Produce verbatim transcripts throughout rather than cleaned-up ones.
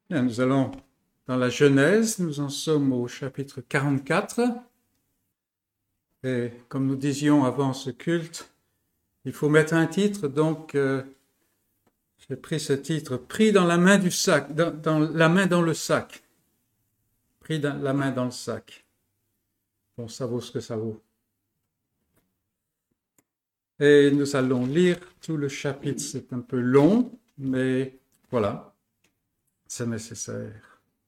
Bien, nous allons dans la Genèse, nous en sommes au chapitre quarante-quatre. Et comme nous disions avant ce culte, il faut mettre un titre, donc euh, j'ai pris ce titre, pris dans la main du sac, dans, dans la main dans le sac. Pris dans la main dans le sac. Bon, ça vaut ce que ça vaut. Et nous allons lire tout le chapitre, c'est un peu long, mais voilà, c'est nécessaire.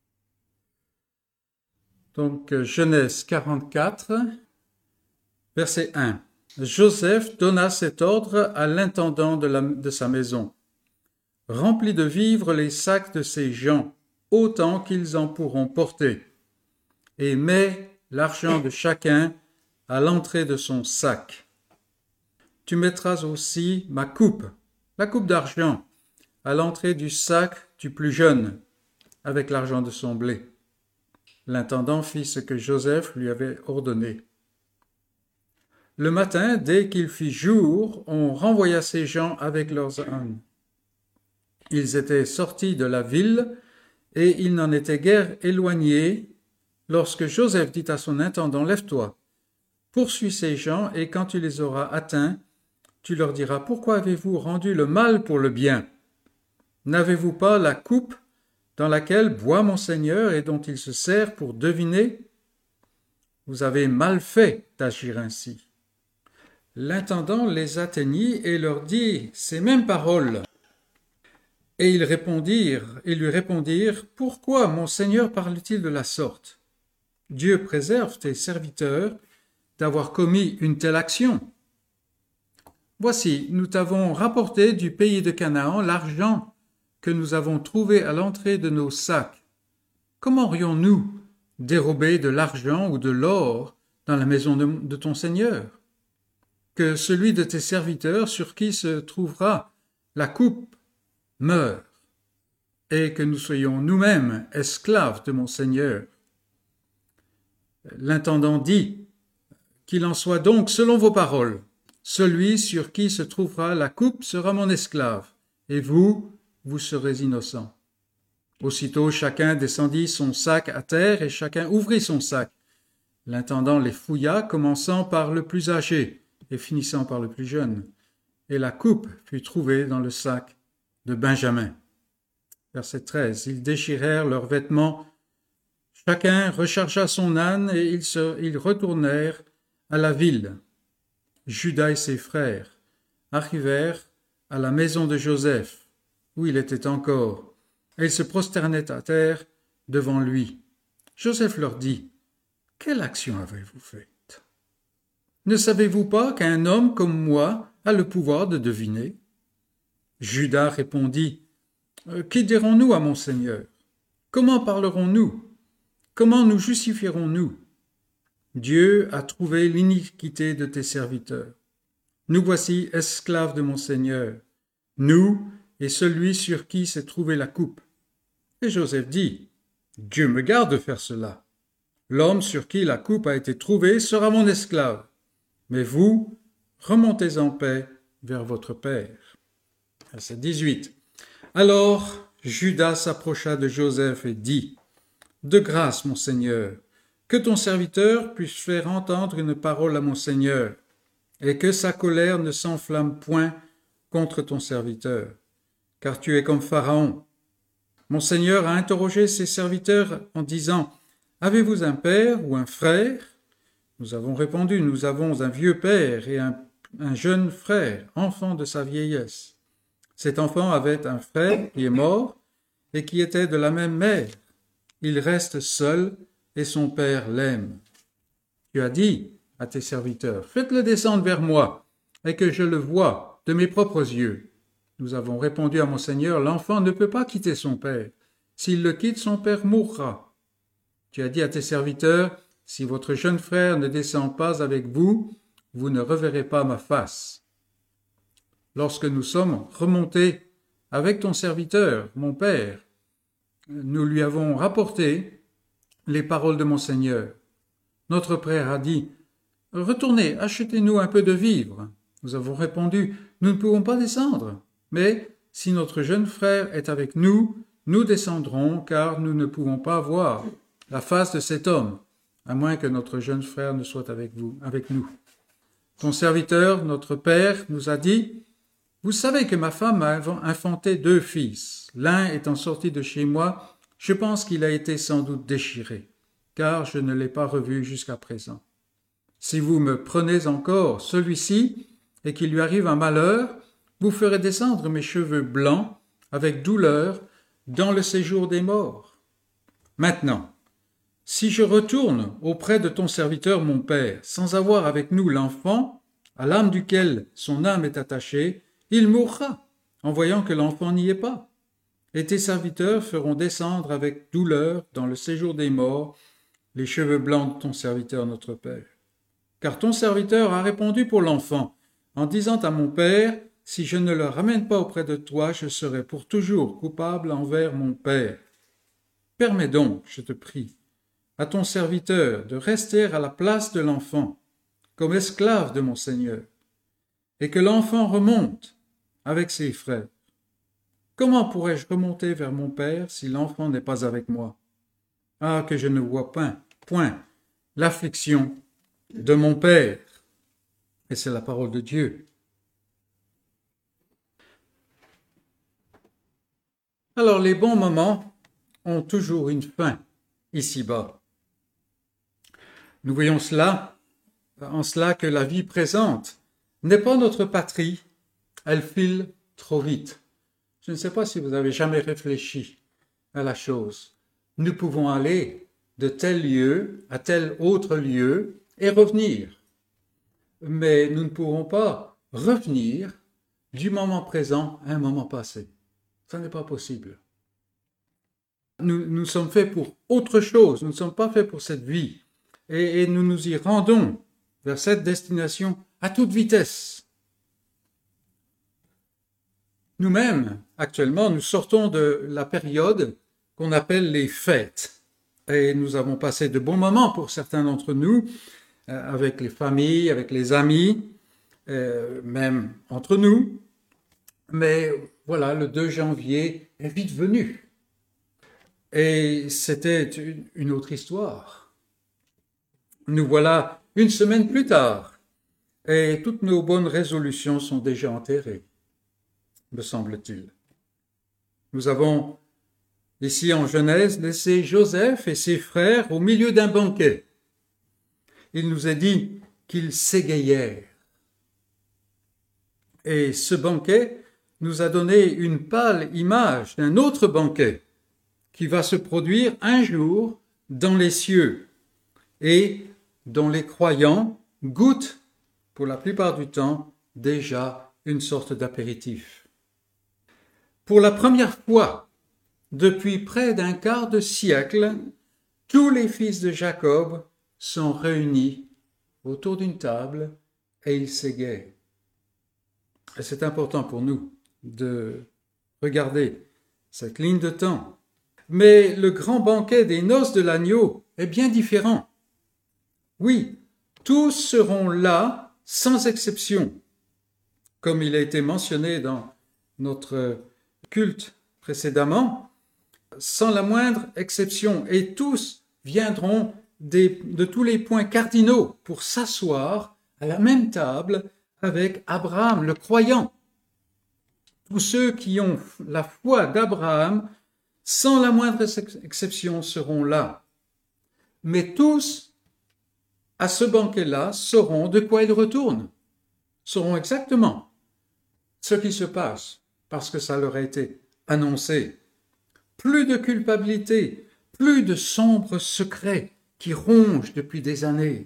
Donc, Genèse quarante-quatre, verset un. Joseph donna cet ordre à l'intendant de, la, de sa maison. Remplis de vivres les sacs de ces gens, autant qu'ils en pourront porter, et mets l'argent de chacun à l'entrée de son sac. Tu mettras aussi ma coupe, la coupe d'argent, à l'entrée du sac du plus jeune, avec l'argent de son blé. L'intendant fit ce que Joseph lui avait ordonné. Le matin, dès qu'il fit jour, on renvoya ces gens avec leurs ânes. Ils étaient sortis de la ville et ils n'en étaient guère éloignés lorsque Joseph dit à son intendant, « Lève-toi, poursuis ces gens et quand tu les auras atteints, tu leur diras, pourquoi avez-vous rendu le mal pour le bien? N'avez-vous pas la coupe dans laquelle boit mon Seigneur et dont il se sert pour deviner? Vous avez mal fait d'agir ainsi. » L'intendant les atteignit et leur dit ces mêmes paroles. Et ils répondirent, et lui répondirent, « Pourquoi mon Seigneur parle-t-il de la sorte? Dieu préserve tes serviteurs d'avoir commis une telle action. Voici, nous t'avons rapporté du pays de Canaan l'argent que nous avons trouvé à l'entrée de nos sacs. Comment aurions-nous dérobé de l'argent ou de l'or dans la maison de, de ton Seigneur? Que celui de tes serviteurs sur qui se trouvera la coupe meure, et que nous soyons nous-mêmes esclaves de mon Seigneur. » L'intendant dit, « Qu'il en soit donc selon vos paroles. Celui sur qui se trouvera la coupe sera mon esclave, et vous, vous serez innocents. » Aussitôt chacun descendit son sac à terre, et chacun ouvrit son sac. L'intendant les fouilla, commençant par le plus âgé, et finissant par le plus jeune. Et la coupe fut trouvée dans le sac de Benjamin. Verset treize. Ils déchirèrent leurs vêtements. Chacun rechargea son âne et ils, se, ils retournèrent à la ville. Judas et ses frères arrivèrent à la maison de Joseph, où il était encore, et ils se prosternaient à terre devant lui. Joseph leur dit, « Quelle action avez-vous faite? Ne savez-vous pas qu'un homme comme moi a le pouvoir de deviner? » Judas répondit, « Qui dirons-nous à mon Seigneur? Comment parlerons-nous? Comment nous justifierons-nous? Dieu a trouvé l'iniquité de tes serviteurs. Nous voici esclaves de mon Seigneur, nous et celui sur qui s'est trouvée la coupe. » Et Joseph dit, « Dieu me garde de faire cela. L'homme sur qui la coupe a été trouvée sera mon esclave. Mais vous, remontez en paix vers votre père. » Verset dix-huit. Alors Judas s'approcha de Joseph et dit, « De grâce, mon Seigneur, que ton serviteur puisse faire entendre une parole à mon Seigneur, et que sa colère ne s'enflamme point contre ton serviteur, car tu es comme Pharaon. Mon Seigneur a interrogé ses serviteurs en disant, « Avez-vous un père ou un frère ?» Nous avons répondu, « Nous avons un vieux père et un, un jeune frère, enfant de sa vieillesse. Cet enfant avait un frère qui est mort et qui était de la même mère. Il reste seul et son père l'aime. Tu as dit à tes serviteurs, faites-le descendre vers moi et que je le voie de mes propres yeux. Nous avons répondu à mon Seigneur, l'enfant ne peut pas quitter son père. S'il le quitte, son père mourra. Tu as dit à tes serviteurs, si votre jeune frère ne descend pas avec vous, vous ne reverrez pas ma face. Lorsque nous sommes remontés avec ton serviteur, mon père, nous lui avons rapporté les paroles de mon Seigneur. Notre père a dit, « Retournez, achetez-nous un peu de vivres. » Nous avons répondu, « Nous ne pouvons pas descendre, mais si notre jeune frère est avec nous, nous descendrons, car nous ne pouvons pas voir la face de cet homme, à moins que notre jeune frère ne soit avec vous, avec nous. Ton serviteur, notre père, nous a dit, « Vous savez que ma femme a infanté deux fils. L'un étant sorti de chez moi, je pense qu'il a été sans doute déchiré, car je ne l'ai pas revu jusqu'à présent. Si vous me prenez encore celui-ci, et qu'il lui arrive un malheur, vous ferez descendre mes cheveux blancs avec douleur dans le séjour des morts. Maintenant, si je retourne auprès de ton serviteur mon père, sans avoir avec nous l'enfant, à l'âme duquel son âme est attachée, il mourra, en voyant que l'enfant n'y est pas. Et tes serviteurs feront descendre avec douleur dans le séjour des morts les cheveux blancs de ton serviteur notre père. Car ton serviteur a répondu pour l'enfant, en disant à mon père, si je ne le ramène pas auprès de toi, je serai pour toujours coupable envers mon père. Permets donc, je te prie, à ton serviteur de rester à la place de l'enfant, comme esclave de mon Seigneur, et que l'enfant remonte avec ses frères. Comment pourrais-je remonter vers mon père si l'enfant n'est pas avec moi? Ah, que je ne vois point, point, l'affliction de mon père. Et c'est la parole de Dieu. Alors, les bons moments ont toujours une fin ici-bas. Nous voyons cela, en cela que la vie présente n'est pas notre patrie, elle file trop vite. Je ne sais pas si vous avez jamais réfléchi à la chose. Nous pouvons aller de tel lieu à tel autre lieu et revenir. Mais nous ne pourrons pas revenir du moment présent à un moment passé. Ça n'est pas possible. Nous, nous sommes faits pour autre chose, nous ne sommes pas faits pour cette vie. Et, et nous nous y rendons vers cette destination à toute vitesse. Nous-mêmes, actuellement, nous sortons de la période qu'on appelle les fêtes. Et nous avons passé de bons moments pour certains d'entre nous, euh, avec les familles, avec les amis, euh, même entre nous. Mais voilà, le deux janvier est vite venu. Et c'était une autre histoire. Nous voilà une semaine plus tard, et toutes nos bonnes résolutions sont déjà enterrées, me semble-t-il. Nous avons, ici en Genèse, laissé Joseph et ses frères au milieu d'un banquet. Il nous est dit qu'ils s'égayèrent. Et ce banquet nous a donné une pâle image d'un autre banquet qui va se produire un jour dans les cieux et dont les croyants goûtent, pour la plupart du temps, déjà une sorte d'apéritif. Pour la première fois, depuis près d'un quart de siècle, tous les fils de Jacob sont réunis autour d'une table et ils s'égayent. Et c'est important pour nous de regarder cette ligne de temps. Mais le grand banquet des noces de l'agneau est bien différent. Oui, tous seront là sans exception, comme il a été mentionné dans notre culte précédemment, sans la moindre exception, et tous viendront des, de tous les points cardinaux pour s'asseoir à la même table avec Abraham, le croyant. Tous ceux qui ont la foi d'Abraham, sans la moindre exception, seront là. Mais tous, à ce banquet-là, sauront de quoi ils retournent, sauront exactement ce qui se passe, parce que ça leur a été annoncé. Plus de culpabilité, plus de sombres secrets qui rongent depuis des années.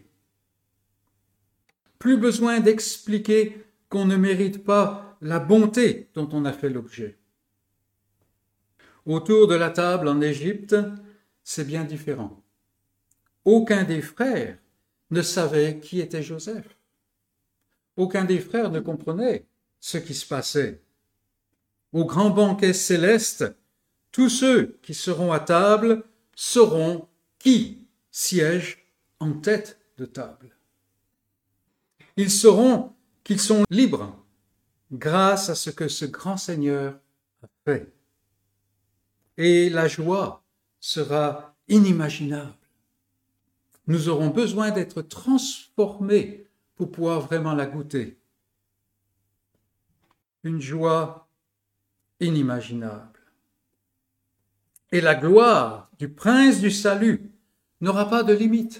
Plus besoin d'expliquer qu'on ne mérite pas la bonté dont on a fait l'objet. Autour de la table en Égypte, c'est bien différent. Aucun des frères ne savait qui était Joseph. Aucun des frères ne comprenait ce qui se passait. Au grand banquet céleste, tous ceux qui seront à table sauront qui siège en tête de table. Ils sauront qu'ils sont libres grâce à ce que ce grand Seigneur a fait. et la joie sera inimaginable. Nous aurons besoin d'être transformés pour pouvoir vraiment la goûter. Une joie inimaginable. Et la gloire du prince du salut n'aura pas de limite.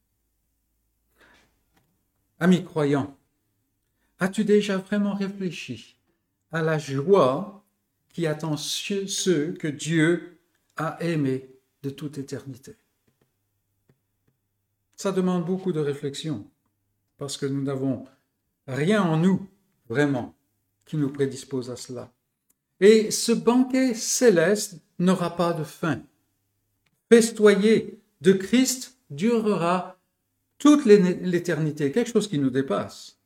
Ami croyant, as-tu déjà vraiment réfléchi à la joie qui attend ceux que Dieu a aimés de toute éternité? Ça demande beaucoup de réflexion, parce que nous n'avons rien en nous, vraiment, qui nous prédispose à cela. Et ce banquet céleste n'aura pas de fin. Festoyer de Christ durera toute l'éternité, quelque chose qui nous dépasse.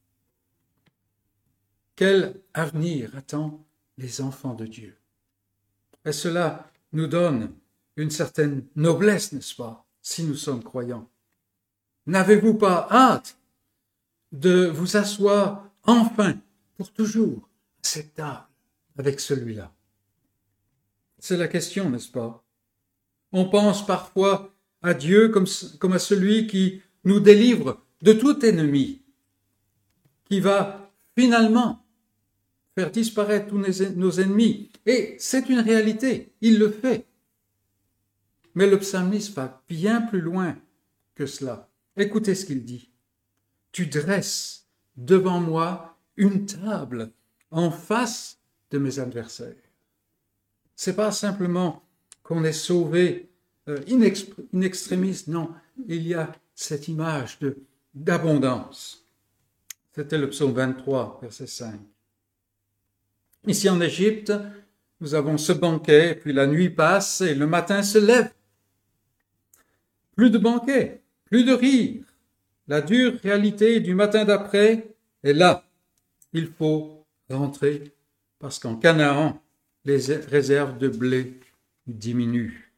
Quel avenir attend les enfants de Dieu? Et cela nous donne une certaine noblesse, n'est-ce pas, si nous sommes croyants. N'avez-vous pas hâte de vous asseoir enfin, pour toujours, à cette table avec celui-là? C'est la question, n'est-ce pas? On pense parfois à Dieu comme, comme à celui qui nous délivre de tout ennemi, qui va finalement faire disparaître tous nos ennemis. Et c'est une réalité, il le fait. Mais le psalmiste va bien plus loin que cela. Écoutez ce qu'il dit. Tu dresses devant moi une table en face de mes adversaires. C'est pas simplement qu'on est sauvé euh, in extremis, non, il y a cette image de d'abondance. C'était le psaume vingt-trois, verset cinq. Ici en Égypte, nous avons ce banquet, puis la nuit passe et le matin se lève. Plus de banquet, plus de rire. La dure réalité du matin d'après est là. Il faut rentrer parce qu'en Canaan, les réserves de blé diminuent.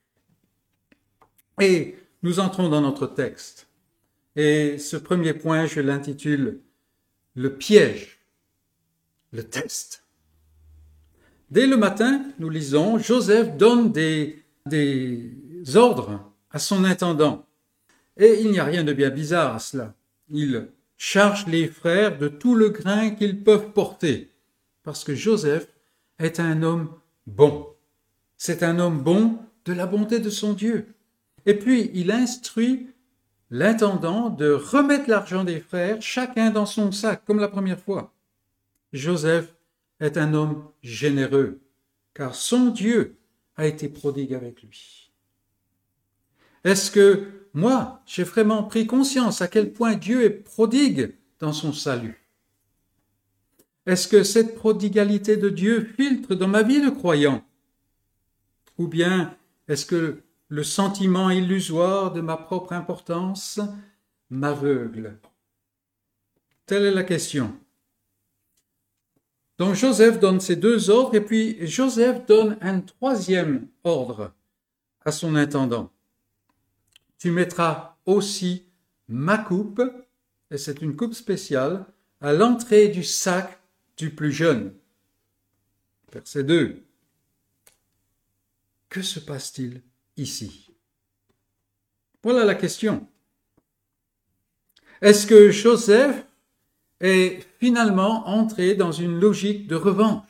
Et nous entrons dans notre texte. Et ce premier point, je l'intitule « Le piège, le test ». Dès le matin, nous lisons, Joseph donne des, des ordres à son intendant. Et il n'y a rien de bien bizarre à cela. Il charge les frères de tout le grain qu'ils peuvent porter, parce que Joseph est un homme bon. C'est un homme bon de la bonté de son Dieu. Et puis, il instruit l'intendant de remettre l'argent des frères, chacun dans son sac, comme la première fois. Joseph est un homme généreux, car son Dieu a été prodigue avec lui. Est-ce que moi, j'ai vraiment pris conscience à quel point Dieu est prodigue dans son salut? Est-ce que cette prodigalité de Dieu filtre dans ma vie de croyant? Ou bien est-ce que le sentiment illusoire de ma propre importance m'aveugle? Telle est la question. Donc Joseph donne ces deux ordres et puis Joseph donne un troisième ordre à son intendant. Tu mettras aussi ma coupe, et c'est une coupe spéciale, à l'entrée du sac du plus jeune. Verset deux. Que se passe-t-il ici? Voilà la question. Est-ce que Joseph est finalement entré dans une logique de revanche?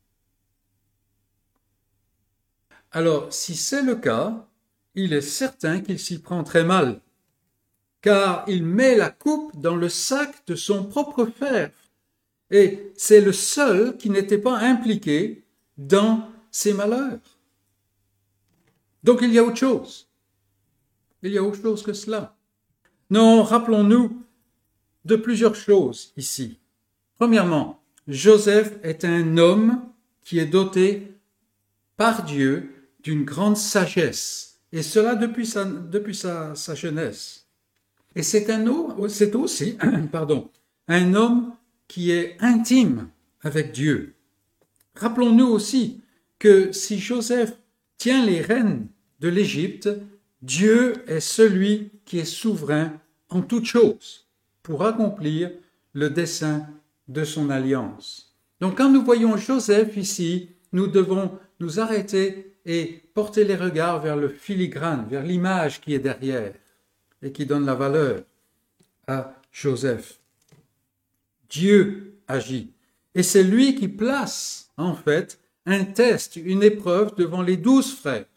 Alors, si c'est le cas, il est certain qu'il s'y prend très mal, car il met la coupe dans le sac de son propre frère, et c'est le seul qui n'était pas impliqué dans ses malheurs. Donc il y a autre chose. Il y a autre chose que cela. Non, rappelons-nous de plusieurs choses ici. Premièrement, Joseph est un homme qui est doté par Dieu d'une grande sagesse, et cela depuis sa, depuis sa, sa jeunesse. Et c'est, un, c'est aussi pardon, un homme qui est intime avec Dieu. Rappelons-nous aussi que si Joseph tient les rênes de l'Égypte, Dieu est celui qui est souverain en toutes choses pour accomplir le dessein de son alliance. Donc quand nous voyons Joseph ici, nous devons nous arrêter et porter les regards vers le filigrane, vers l'image qui est derrière et qui donne la valeur à Joseph. Dieu agit. Et c'est lui qui place, en fait, un test, une épreuve devant les douze frères.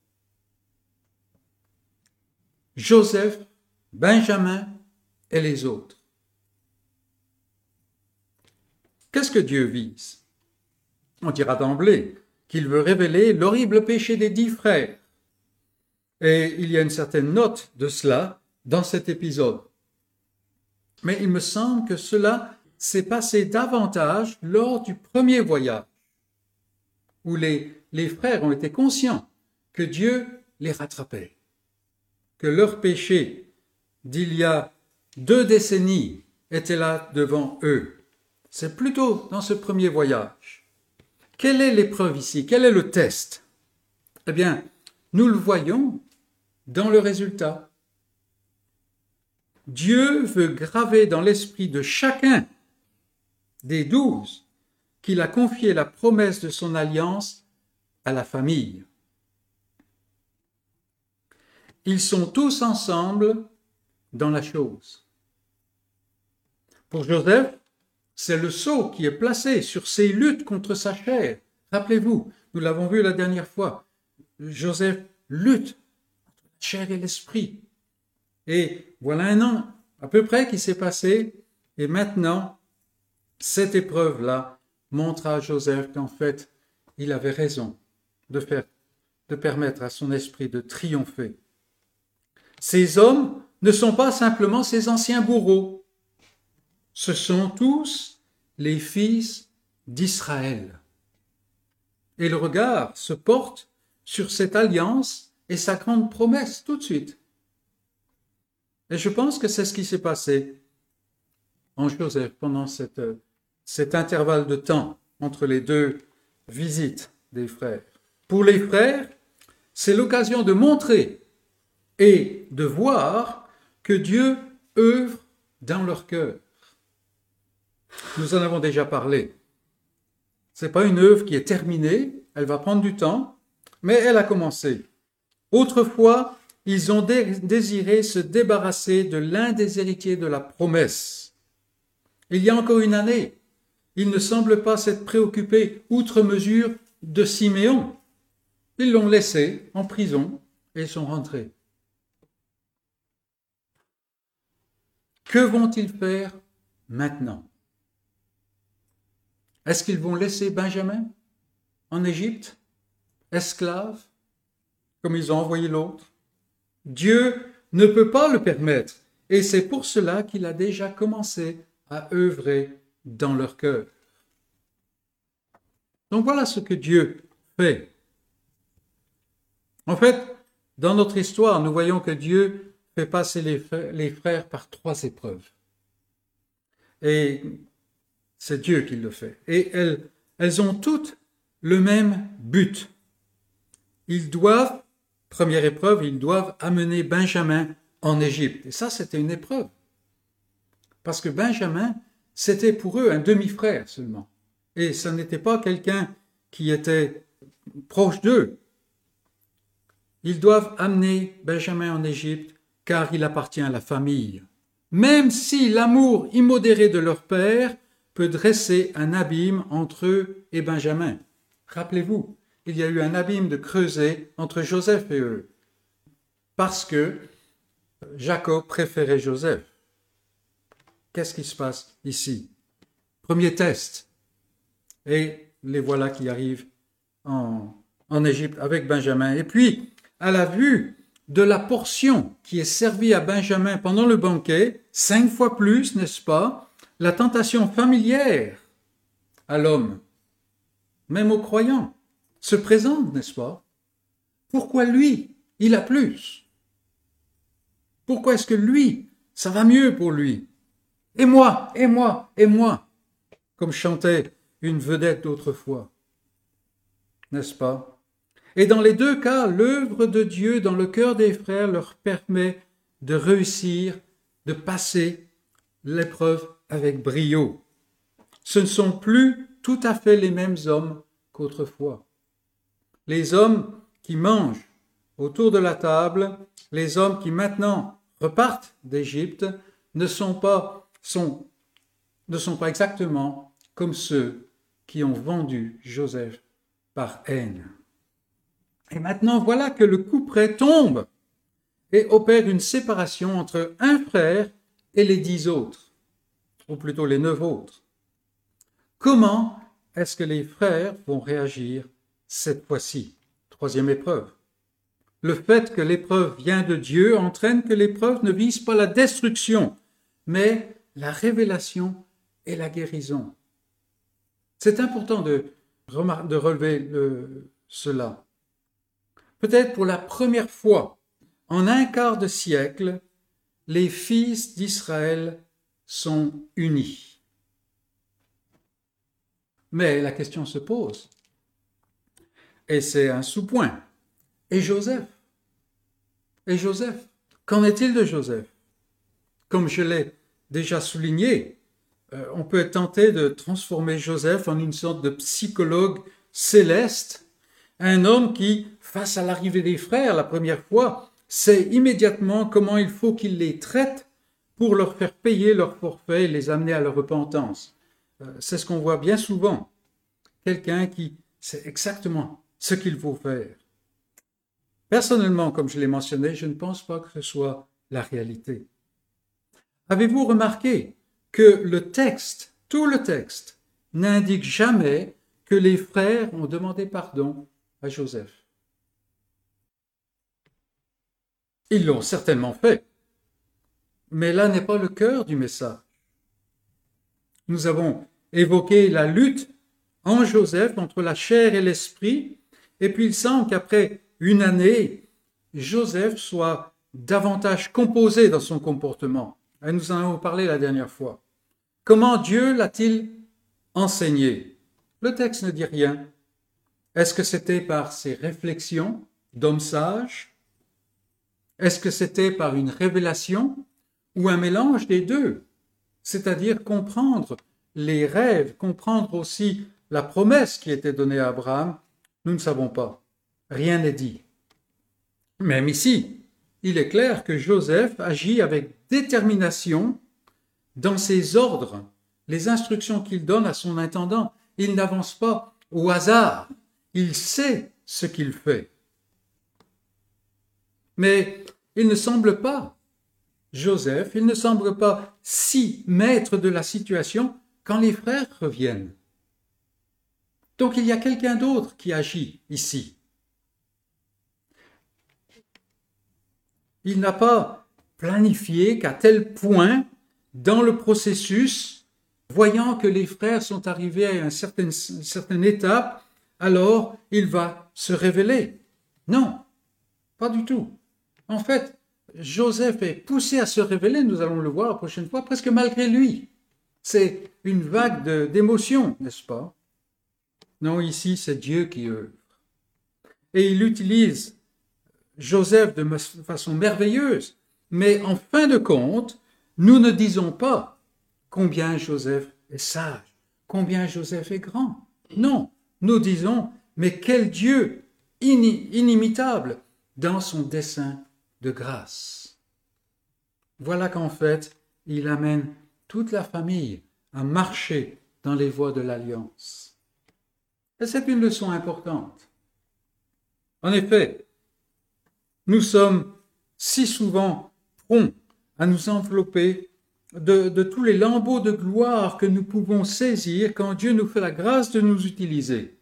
Joseph, Benjamin et les autres. Qu'est-ce que Dieu vise? On dira d'emblée qu'il veut révéler l'horrible péché des dix frères. Et il y a une certaine note de cela dans cet épisode. Mais il me semble que cela s'est passé davantage lors du premier voyage, où les, les frères ont été conscients que Dieu les rattrapait, que leur péché d'il y a deux décennies était là devant eux. C'est plutôt dans ce premier voyage. Quelle est l'épreuve ici? Quel est le test? Eh bien, nous le voyons dans le résultat. Dieu veut graver dans l'esprit de chacun des douze qu'il a confié la promesse de son alliance à la famille. Ils sont tous ensemble dans la chose. Pour Joseph, c'est le sceau qui est placé sur ses luttes contre sa chair. Rappelez-vous, nous l'avons vu la dernière fois, Joseph lutte entre la chair et l'esprit. Et voilà un an à peu près qui s'est passé, et maintenant, cette épreuve-là montre à Joseph qu'en fait, il avait raison de faire, de permettre à son esprit de triompher. Ces hommes ne sont pas simplement ses anciens bourreaux. Ce sont tous les fils d'Israël. Et le regard se porte sur cette alliance et sa grande promesse tout de suite. Et je pense que c'est ce qui s'est passé en Joseph pendant cette, cet intervalle de temps entre les deux visites des frères. Pour les frères, c'est l'occasion de montrer et de voir que Dieu œuvre dans leur cœur. Nous en avons déjà parlé. Ce n'est pas une œuvre qui est terminée, elle va prendre du temps, mais elle a commencé. Autrefois, ils ont dé- désiré se débarrasser de l'un des héritiers de la promesse. Il y a encore une année, ils ne semblent pas s'être préoccupés outre mesure de Siméon. Ils l'ont laissé en prison et sont rentrés. Que vont-ils faire maintenant? Est-ce qu'ils vont laisser Benjamin en Égypte, esclave, comme ils ont envoyé l'autre? Dieu ne peut pas le permettre, et c'est pour cela qu'il a déjà commencé à œuvrer dans leur cœur. Donc voilà ce que Dieu fait. En fait, dans notre histoire, nous voyons que Dieu fait passer les frères, les frères par trois épreuves. Et c'est Dieu qui le fait. Et elles, elles ont toutes le même but. Ils doivent, première épreuve, ils doivent amener Benjamin en Égypte. Et ça, c'était une épreuve. Parce que Benjamin, c'était pour eux un demi-frère seulement. Et ce n'était pas quelqu'un qui était proche d'eux. Ils doivent amener Benjamin en Égypte car il appartient à la famille. Même si l'amour immodéré de leur père peut dresser un abîme entre eux et Benjamin. Rappelez-vous, il y a eu un abîme de creusé entre Joseph et eux, parce que Jacob préférait Joseph. Qu'est-ce qui se passe ici? Premier test. Et les voilà qui arrivent en, en Égypte avec Benjamin. Et puis, à la vue de la portion qui est servie à Benjamin pendant le banquet, cinq fois plus, n'est-ce pas, la tentation familière à l'homme, même aux croyants, se présente, n'est-ce pas? Pourquoi lui, il a plus? Pourquoi est-ce que lui, ça va mieux pour lui? Et moi, et moi, et moi, comme chantait une vedette d'autrefois, n'est-ce pas? Et dans les deux cas, l'œuvre de Dieu dans le cœur des frères leur permet de réussir, de passer l'épreuve avec brio. Ce ne sont plus tout à fait les mêmes hommes qu'autrefois. Les hommes qui mangent autour de la table, les hommes qui maintenant repartent d'Égypte, ne sont pas, sont, ne sont pas exactement comme ceux qui ont vendu Joseph par haine. Et maintenant, voilà que le couperet tombe et opère une séparation entre un frère et les dix autres, ou plutôt les neuf autres. Comment est-ce que les frères vont réagir cette fois-ci? Troisième épreuve. Le fait que l'épreuve vient de Dieu entraîne que l'épreuve ne vise pas la destruction, mais la révélation et la guérison. C'est important de, de relever le, cela. Peut-être pour la première fois, en un quart de siècle, les fils d'Israël sont unis. Mais la question se pose, et c'est un sous-point. Et Joseph? Et Joseph? Qu'en est-il de Joseph? Comme je l'ai déjà souligné, euh, on peut être tenté de transformer Joseph en une sorte de psychologue céleste, un homme qui, face à l'arrivée des frères la première fois, sait immédiatement comment il faut qu'il les traite pour leur faire payer leur forfait et les amener à la repentance. Euh, c'est ce qu'on voit bien souvent. Quelqu'un qui sait exactement ce qu'il faut faire. Personnellement, comme je l'ai mentionné, je ne pense pas que ce soit la réalité. Avez-vous remarqué que le texte, tout le texte, n'indique jamais que les frères ont demandé pardon à Joseph? Ils l'ont certainement fait, mais là n'est pas le cœur du message. Nous avons évoqué la lutte en Joseph entre la chair et l'esprit, et puis il semble qu'après une année, Joseph soit davantage composé dans son comportement. Et nous en avons parlé la dernière fois. Comment Dieu l'a-t-il enseigné? Le texte ne dit rien. Est-ce que c'était par ses réflexions d'homme sage? Est-ce que c'était par une révélation ou un mélange des deux? C'est-à-dire comprendre les rêves, comprendre aussi la promesse qui était donnée à Abraham? Nous ne savons pas. Rien n'est dit. Même ici, il est clair que Joseph agit avec détermination dans ses ordres, les instructions qu'il donne à son intendant. Il n'avance pas au hasard. Il sait ce qu'il fait. Mais il ne semble pas, Joseph, il ne semble pas si maître de la situation quand les frères reviennent. Donc il y a quelqu'un d'autre qui agit ici. Il n'a pas planifié qu'à tel point, dans le processus, voyant que les frères sont arrivés à une certaine, une certaine étape, alors il va se révéler. Non, pas du tout. En fait, Joseph est poussé à se révéler, nous allons le voir la prochaine fois, presque malgré lui. C'est une vague de, d'émotions, n'est-ce pas? Non, ici, c'est Dieu qui œuvre. Et il utilise Joseph de façon merveilleuse, mais en fin de compte, nous ne disons pas combien Joseph est sage, combien Joseph est grand. Non, nous disons, mais quel Dieu inimitable dans son dessein de grâce. Voilà qu'en fait, il amène toute la famille à marcher dans les voies de l'alliance. Et c'est une leçon importante. En effet, nous sommes si souvent prompts à nous envelopper de, de tous les lambeaux de gloire que nous pouvons saisir quand Dieu nous fait la grâce de nous utiliser.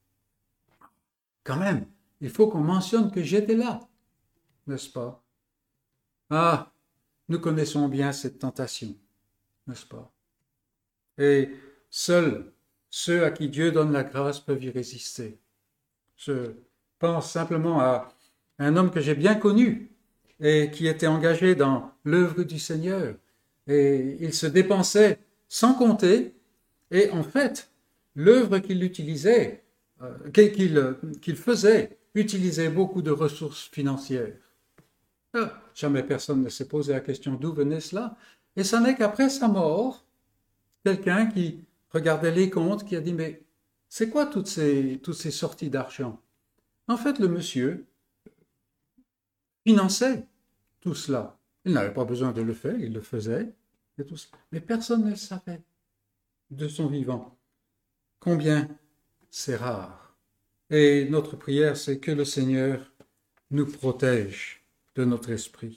Quand même, il faut qu'on mentionne que j'étais là, n'est-ce pas? Ah, nous connaissons bien cette tentation, n'est-ce pas? Et seuls ceux à qui Dieu donne la grâce peuvent y résister. Je pense simplement à un homme que j'ai bien connu et qui était engagé dans l'œuvre du Seigneur. Et il se dépensait sans compter. Et en fait, l'œuvre qu'il utilisait, euh, qu'il, qu'il faisait, utilisait beaucoup de ressources financières. Ah, jamais personne ne s'est posé la question d'où venait cela. Et ce n'est qu'après sa mort, quelqu'un qui regardait les comptes, qui a dit « Mais c'est quoi toutes ces, toutes ces sorties d'argent ?» En fait, le monsieur finançait tout cela. Il n'avait pas besoin de le faire, il le faisait, et tout cela. Mais personne ne le savait de son vivant. Combien c'est rare. Et notre prière, c'est que le Seigneur nous protège de notre esprit.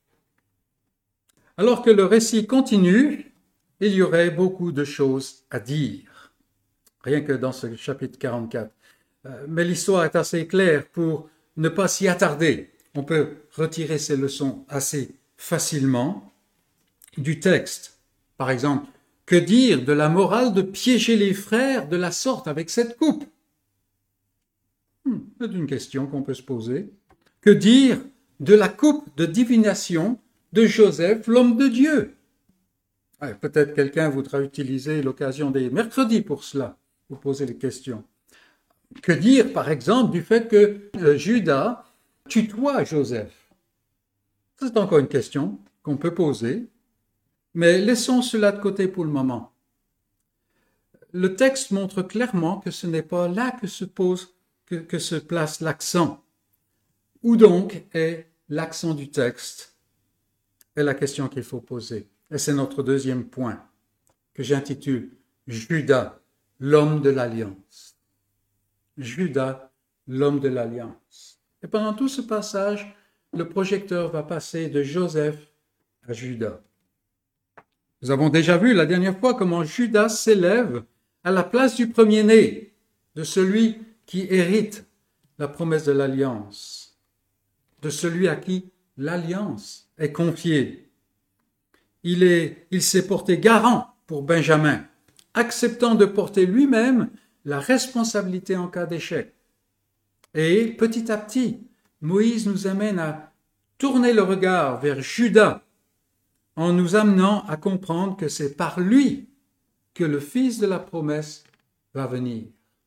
Alors que le récit continue, il y aurait beaucoup de choses à dire, rien que dans ce chapitre quarante-quatre. Mais l'histoire est assez claire pour ne pas s'y attarder. On peut retirer ces leçons assez facilement du texte. Par exemple, que dire de la morale de piéger les frères de la sorte avec cette coupe? hmm, C'est une question qu'on peut se poser. Que dire de la coupe de divination de Joseph, l'homme de Dieu? Ouais, peut-être quelqu'un voudra utiliser l'occasion des mercredis pour cela, vous poser les questions. Que dire, par exemple, du fait que euh, Judas tutoie Joseph? C'est encore une question qu'on peut poser, mais laissons cela de côté pour le moment. Le texte montre clairement que ce n'est pas là que se pose, que, que se place l'accent. Où donc est l'accent du texte? Est la question qu'il faut poser. Et c'est notre deuxième point, que j'intitule Judas, l'homme de l'alliance. Judas, l'homme de l'alliance. Et pendant tout ce passage, le projecteur va passer de Joseph à Judas. Nous avons déjà vu la dernière fois comment Judas s'élève à la place du premier-né, de celui qui hérite la promesse de l'alliance, de celui à qui l'alliance est confiée. Il est, il s'est porté garant pour Benjamin, acceptant de porter lui-même la responsabilité en cas d'échec. Et petit à petit, Moïse nous amène à tourner le regard vers Judas en nous amenant à comprendre que c'est par lui que le fils de la promesse va venir.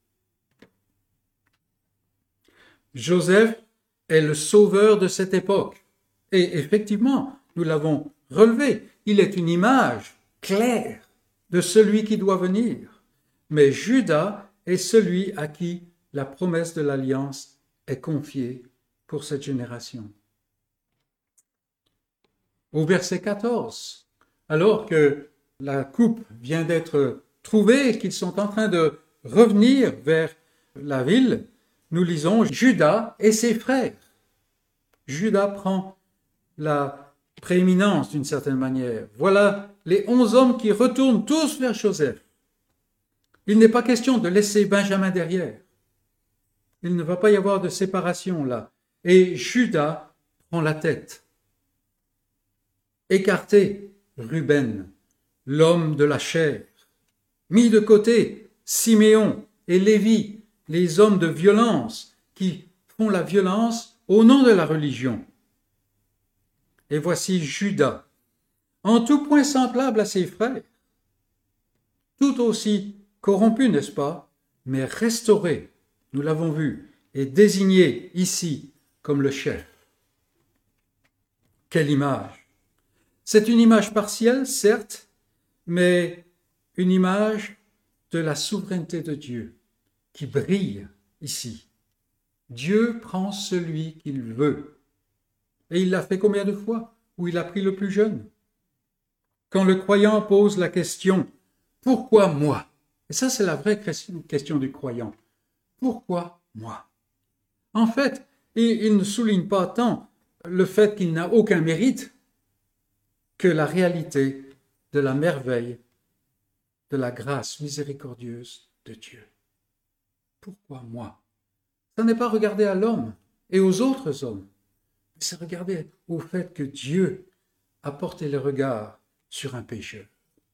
Joseph est le sauveur de cette époque. Et effectivement, nous l'avons relevé, il est une image claire de celui qui doit venir. Mais Judas est celui à qui la promesse de l'alliance est confiée pour cette génération. Au verset quatorze, alors que la coupe vient d'être trouvée, qu'ils sont en train de revenir vers la ville, nous lisons Judas et ses frères. Judas prend la prééminence d'une certaine manière. Voilà les onze hommes qui retournent tous vers Joseph. Il n'est pas question de laisser Benjamin derrière. Il ne va pas y avoir de séparation là. Et Judas prend la tête. Écarté, Ruben, l'homme de la chair. Mis de côté, Siméon et Lévi, les hommes de violence qui font la violence au nom de la religion. Et voici Judas, en tout point semblable à ses frères, tout aussi corrompu, n'est-ce pas, mais restauré, nous l'avons vu, et désigné ici comme le chef. Quelle image! C'est une image partielle, certes, mais une image de la souveraineté de Dieu qui brille ici. Dieu prend celui qu'il veut. Et il l'a fait combien de fois? Où il a pris le plus jeune? Quand le croyant pose la question « Pourquoi moi ?» Et ça, c'est la vraie question du croyant. Pourquoi moi? En fait, il ne souligne pas tant le fait qu'il n'a aucun mérite que la réalité de la merveille, de la grâce miséricordieuse de Dieu. Pourquoi moi? Ça n'est pas regarder à l'homme et aux autres hommes, mais c'est regarder au fait que Dieu a porté le regard sur un pécheur.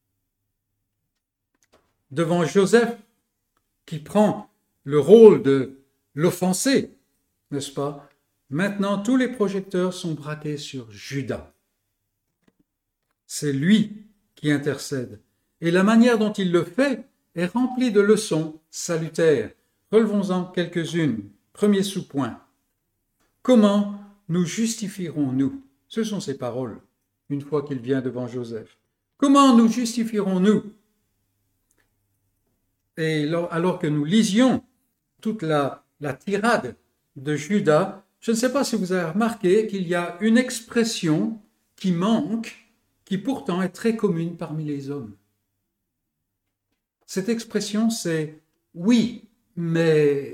Devant Joseph, qui prend le rôle de l'offensé, n'est-ce pas? Maintenant, tous les projecteurs sont braqués sur Judas. C'est lui qui intercède. Et la manière dont il le fait est remplie de leçons salutaires. Relevons-en quelques-unes. Premier sous-point. Comment nous justifierons-nous? Ce sont ses paroles, une fois qu'il vient devant Joseph. Comment nous justifierons-nous? Et alors que nous lisions toute la, la tirade de Judas, je ne sais pas si vous avez remarqué qu'il y a une expression qui manque, qui pourtant est très commune parmi les hommes. Cette expression, c'est « oui, mais… »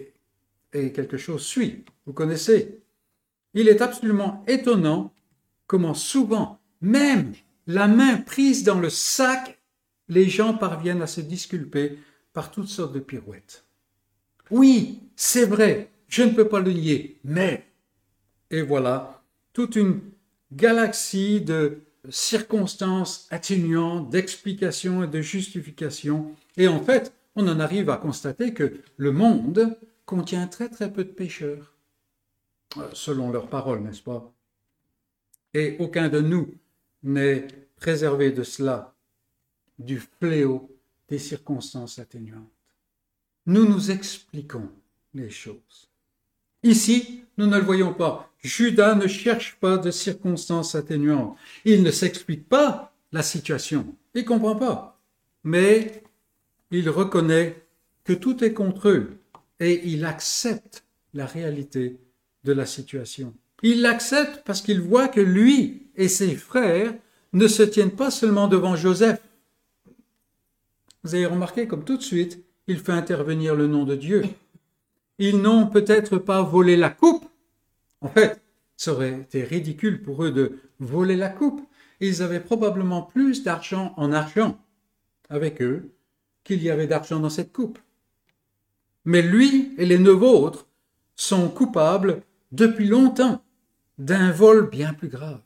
et quelque chose suit, vous connaissez. Il est absolument étonnant comment souvent, même la main prise dans le sac, les gens parviennent à se disculper par toutes sortes de pirouettes. Oui, c'est vrai, je ne peux pas le nier, mais… Et voilà, toute une galaxie de circonstances atténuantes, d'explications et de justifications. Et en fait, on en arrive à constater que le monde contient très très peu de pécheurs, selon leurs paroles, n'est-ce pas? Et aucun de nous n'est préservé de cela, du fléau des circonstances atténuantes. Nous nous expliquons les choses. Ici, nous ne le voyons pas. Judas ne cherche pas de circonstances atténuantes. Il ne s'explique pas la situation. Il ne comprend pas. Mais il reconnaît que tout est contre eux et il accepte la réalité de la situation. Il l'accepte parce qu'il voit que lui et ses frères ne se tiennent pas seulement devant Joseph. Vous avez remarqué comme tout de suite, il fait intervenir le nom de Dieu. Ils n'ont peut-être pas volé la coupe. En fait, ça aurait été ridicule pour eux de voler la coupe. Ils avaient probablement plus d'argent en argent avec eux qu'il y avait d'argent dans cette coupe. Mais lui et les neuf autres sont coupables depuis longtemps d'un vol bien plus grave.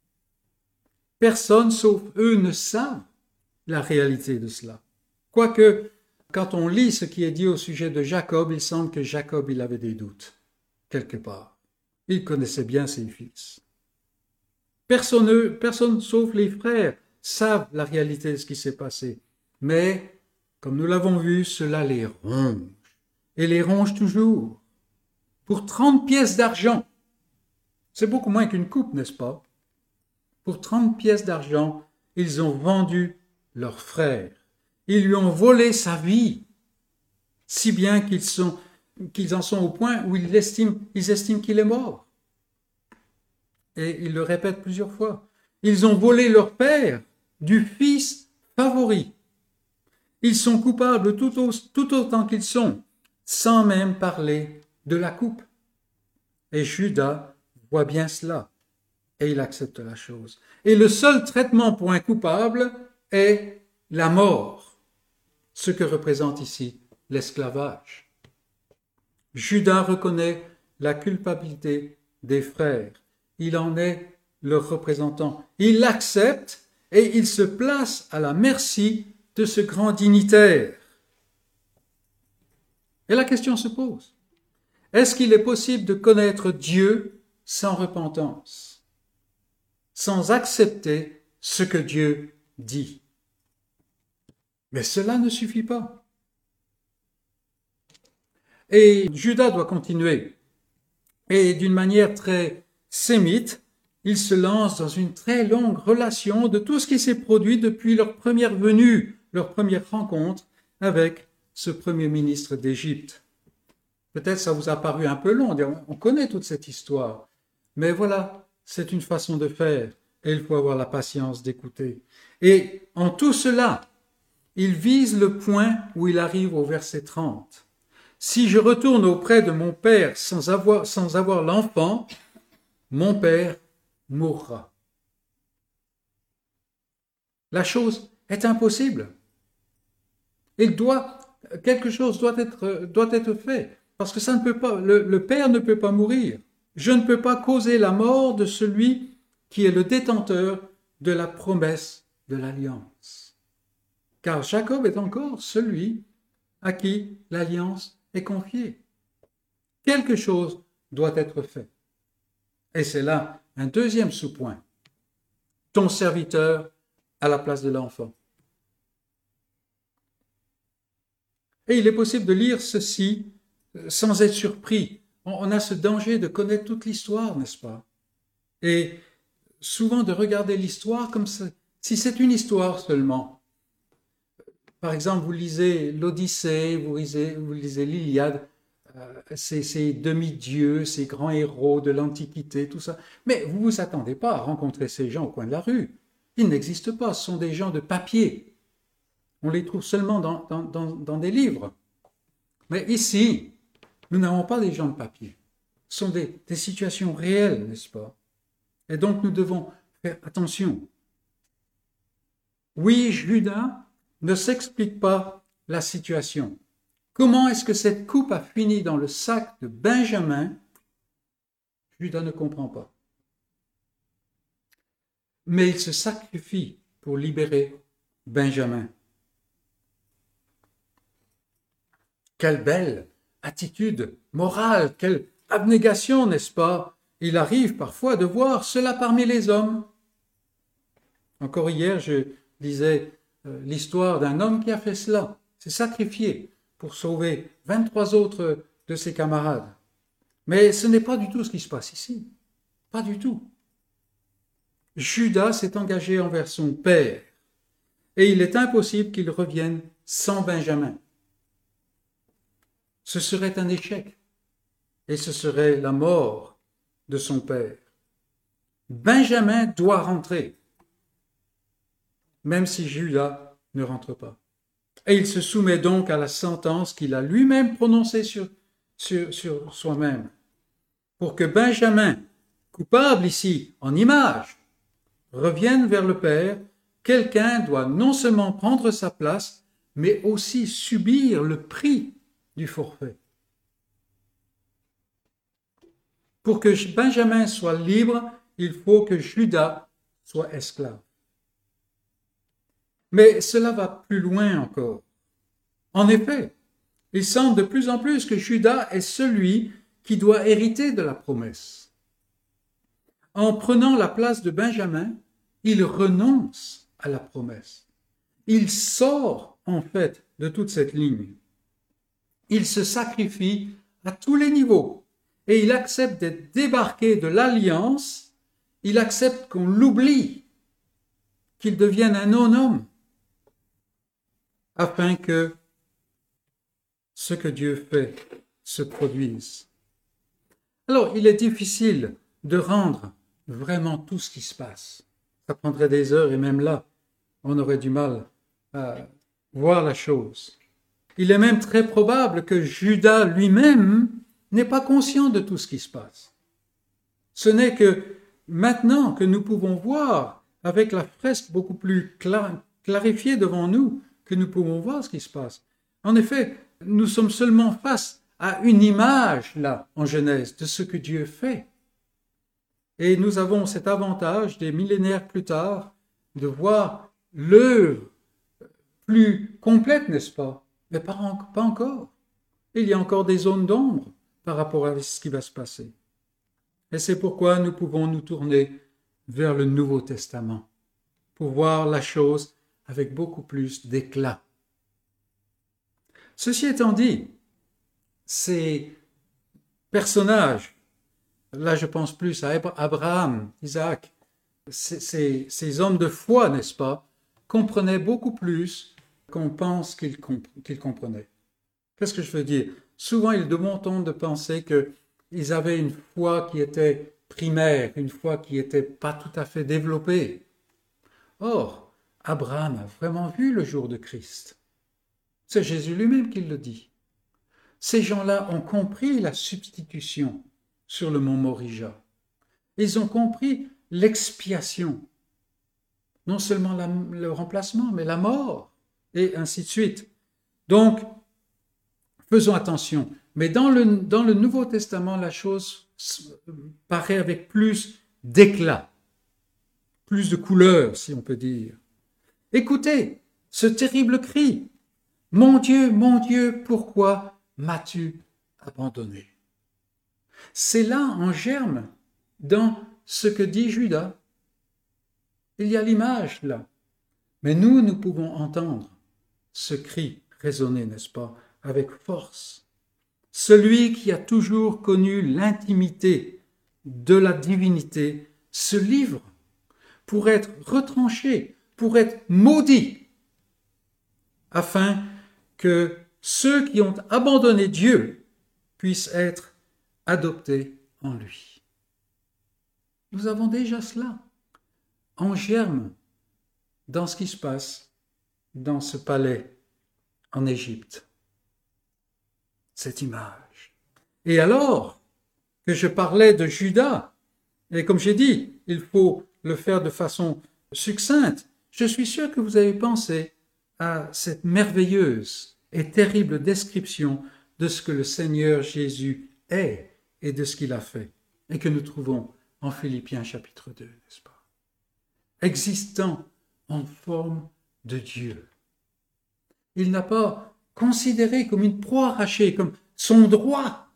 Personne sauf eux ne savent la réalité de cela. Quoique, quand on lit ce qui est dit au sujet de Jacob, il semble que Jacob, il avait des doutes, quelque part. Il connaissait bien ses fils. Personne, personne sauf les frères savent la réalité de ce qui s'est passé. Mais, comme nous l'avons vu, cela les ronge. Et les ronge toujours. Pour trente pièces d'argent. C'est beaucoup moins qu'une coupe, n'est-ce pas? Pour trente pièces d'argent, ils ont vendu leur frère. Ils lui ont volé sa vie, si bien qu'ils sont, qu'ils en sont au point où ils estiment, ils estiment qu'il est mort. Et ils le répètent plusieurs fois. Ils ont volé leur père du fils favori. Ils sont coupables tout, au, tout autant qu'ils sont, sans même parler de la coupe. Et Judas voit bien cela, et il accepte la chose. Et le seul traitement pour un coupable est la mort. Ce que représente ici l'esclavage. Judas reconnaît la culpabilité des frères. Il en est leur représentant. Il l'accepte et il se place à la merci de ce grand dignitaire. Et la question se pose. Est-ce qu'il est possible de connaître Dieu sans repentance, sans accepter ce que Dieu dit? Mais cela ne suffit pas. Et Judas doit continuer. Et d'une manière très sémite, il se lance dans une très longue relation de tout ce qui s'est produit depuis leur première venue, leur première rencontre avec ce premier ministre d'Égypte. Peut-être ça vous a paru un peu long, on connaît toute cette histoire. Mais voilà, c'est une façon de faire et il faut avoir la patience d'écouter. Et en tout cela, il vise le point où il arrive au verset trente. « Si je retourne auprès de mon père sans avoir, sans avoir l'enfant, mon père mourra. » La chose est impossible. Il doit, quelque chose doit être, doit être fait, parce que ça ne peut pas, le, le père ne peut pas mourir. Je ne peux pas causer la mort de celui qui est le détenteur de la promesse de l'alliance. Car Jacob est encore celui à qui l'alliance est confiée. Quelque chose doit être fait. Et c'est là un deuxième sous-point. Ton serviteur à la place de l'enfant. Et il est possible de lire ceci sans être surpris. On a ce danger de connaître toute l'histoire, n'est-ce pas? Et souvent de regarder l'histoire comme si c'est une histoire seulement. Par exemple, vous lisez l'Odyssée, vous lisez, vous lisez l'Iliade, euh, ces, ces demi-dieux, ces grands héros de l'Antiquité, tout ça. Mais vous ne vous attendez pas à rencontrer ces gens au coin de la rue. Ils n'existent pas, ce sont des gens de papier. On les trouve seulement dans, dans, dans, dans des livres. Mais ici, nous n'avons pas des gens de papier. Ce sont des, des situations réelles, n'est-ce pas? Et donc nous devons faire attention. Oui, Judas ne s'explique pas la situation. Comment est-ce que cette coupe a fini dans le sac de Benjamin? Judas ne comprend pas. Mais il se sacrifie pour libérer Benjamin. Quelle belle attitude morale, quelle abnégation, n'est-ce pas? Il arrive parfois de voir cela parmi les hommes. Encore hier, je lisais euh, l'histoire d'un homme qui a fait cela, s'est sacrifié pour sauver vingt-trois autres de ses camarades. Mais ce n'est pas du tout ce qui se passe ici. Pas du tout. Judas s'est engagé envers son père et il est impossible qu'il revienne sans Benjamin. Ce serait un échec et ce serait la mort de son père. Benjamin doit rentrer, même si Judas ne rentre pas. Et il se soumet donc à la sentence qu'il a lui-même prononcée sur, sur, sur soi-même. Pour que Benjamin, coupable ici en image, revienne vers le Père, quelqu'un doit non seulement prendre sa place, mais aussi subir le prix du forfait. Pour que Benjamin soit libre, il faut que Judas soit esclave. Mais cela va plus loin encore. En effet, il semble de plus en plus que Judas est celui qui doit hériter de la promesse. En prenant la place de Benjamin, il renonce à la promesse. Il sort en fait de toute cette ligne. Il se sacrifie à tous les niveaux et il accepte d'être débarqué de l'alliance. Il accepte qu'on l'oublie, qu'il devienne un non-homme, afin que ce que Dieu fait se produise. Alors, il est difficile de rendre vraiment tout ce qui se passe. Ça prendrait des heures et même là, on aurait du mal à voir la chose. Il est même très probable que Judas lui-même n'est pas conscient de tout ce qui se passe. Ce n'est que maintenant que nous pouvons voir, avec la fresque beaucoup plus clar- clarifiée devant nous, que nous pouvons voir ce qui se passe. En effet, nous sommes seulement face à une image, là, en Genèse, de ce que Dieu fait. Et nous avons cet avantage, des millénaires plus tard, de voir l'œuvre plus complète, n'est-ce pas? Mais pas, en, pas encore. Il y a encore des zones d'ombre par rapport à ce qui va se passer. Et c'est pourquoi nous pouvons nous tourner vers le Nouveau Testament pour voir la chose avec beaucoup plus d'éclat. Ceci étant dit, ces personnages, là je pense plus à Abraham, Isaac, ces, ces, ces hommes de foi, n'est-ce pas, comprenaient beaucoup plus qu'on pense qu'ils, comp- qu'ils comprenaient. Qu'est-ce que je veux dire? Souvent, il est de bon ton de penser qu'ils avaient une foi qui était primaire, une foi qui n'était pas tout à fait développée. Or, Abraham a vraiment vu le jour de Christ. C'est Jésus lui-même qui le dit. Ces gens-là ont compris la substitution sur le mont Morija. Ils ont compris l'expiation. Non seulement la, le remplacement, mais la mort, et ainsi de suite. Donc, faisons attention. Mais dans le, dans le Nouveau Testament, la chose paraît avec plus d'éclat, plus de couleur, si on peut dire. Écoutez ce terrible cri. « Mon Dieu, mon Dieu, pourquoi m'as-tu abandonné ?» C'est là en germe dans ce que dit Judas. Il y a l'image là. Mais nous, nous pouvons entendre ce cri résonner, n'est-ce pas, avec force. Celui qui a toujours connu l'intimité de la divinité se livre pour être retranché, pour être maudit, afin que ceux qui ont abandonné Dieu puissent être adoptés en lui. Nous avons déjà cela en germe dans ce qui se passe dans ce palais en Égypte. Cette image. Et alors que je parlais de Judas, et comme j'ai dit, il faut le faire de façon succincte, je suis sûr que vous avez pensé à cette merveilleuse et terrible description de ce que le Seigneur Jésus est et de ce qu'il a fait, et que nous trouvons en Philippiens chapitre deux, n'est-ce pas? Existant en forme de Dieu. Il n'a pas considéré comme une proie arrachée, comme son droit,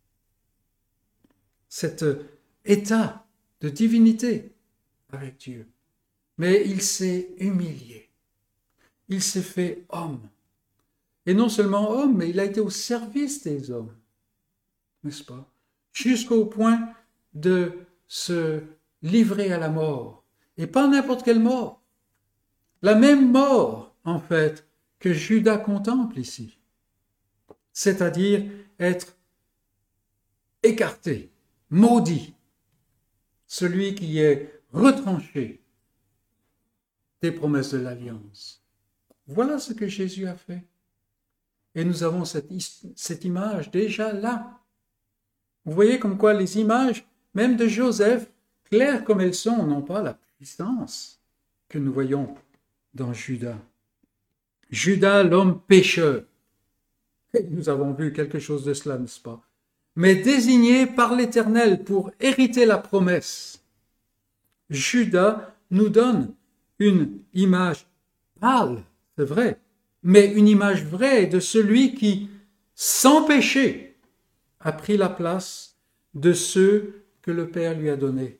cet état de divinité avec Dieu. Mais il s'est humilié. Il s'est fait homme. Et non seulement homme, mais il a été au service des hommes, n'est-ce pas? Jusqu'au point de se livrer à la mort. Et pas n'importe quelle mort. La même mort, en fait, que Judas contemple ici. C'est-à-dire être écarté, maudit. Celui qui est retranché des promesses de l'Alliance. Voilà ce que Jésus a fait. Et nous avons cette, cette image déjà là. Vous voyez comme quoi les images, même de Joseph, claires comme elles sont, n'ont pas la puissance que nous voyons dans Judas. Judas, l'homme pécheur. Et nous avons vu quelque chose de cela, n'est-ce pas? Mais désigné par l'Éternel pour hériter la promesse. Judas nous donne une image pâle, c'est vrai, mais une image vraie de celui qui, sans péché, a pris la place de ceux que le Père lui a donnés.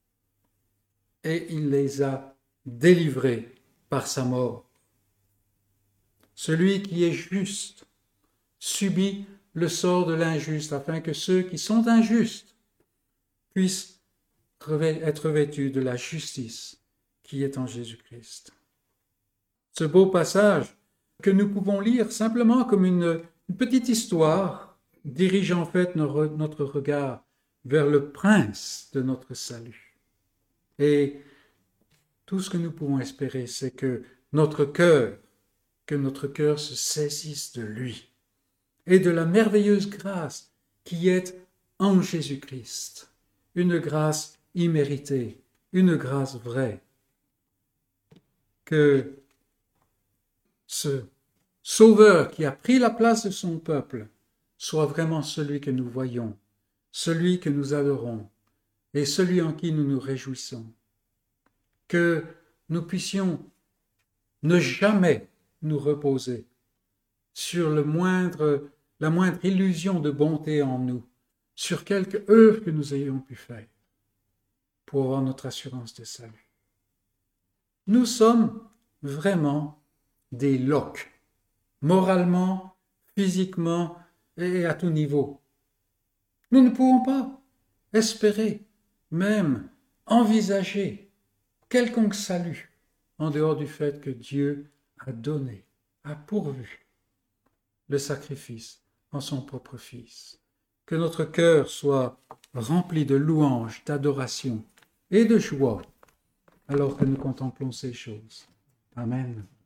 Et il les a délivrés par sa mort. Celui qui est juste subit le sort de l'injuste, afin que ceux qui sont injustes puissent être vêtus de la justice qui est en Jésus-Christ. Ce beau passage que nous pouvons lire simplement comme une, une petite histoire dirige en fait notre, notre regard vers le prince de notre salut. Et tout ce que nous pouvons espérer, c'est que notre cœur, que notre cœur se saisisse de lui et de la merveilleuse grâce qui est en Jésus-Christ. Une grâce imméritée, une grâce vraie. Que ce Sauveur qui a pris la place de son peuple soit vraiment celui que nous voyons, celui que nous adorons et celui en qui nous nous réjouissons. Que nous puissions ne jamais nous reposer sur le moindre, la moindre illusion de bonté en nous, sur quelque œuvre que nous ayons pu faire pour avoir notre assurance de salut. Nous sommes vraiment des loques, moralement, physiquement et à tout niveau. Nous ne pouvons pas espérer, même envisager quelconque salut en dehors du fait que Dieu a donné, a pourvu le sacrifice en son propre Fils. Que notre cœur soit rempli de louanges, d'adoration et de joie alors que nous contemplons ces choses. Amen.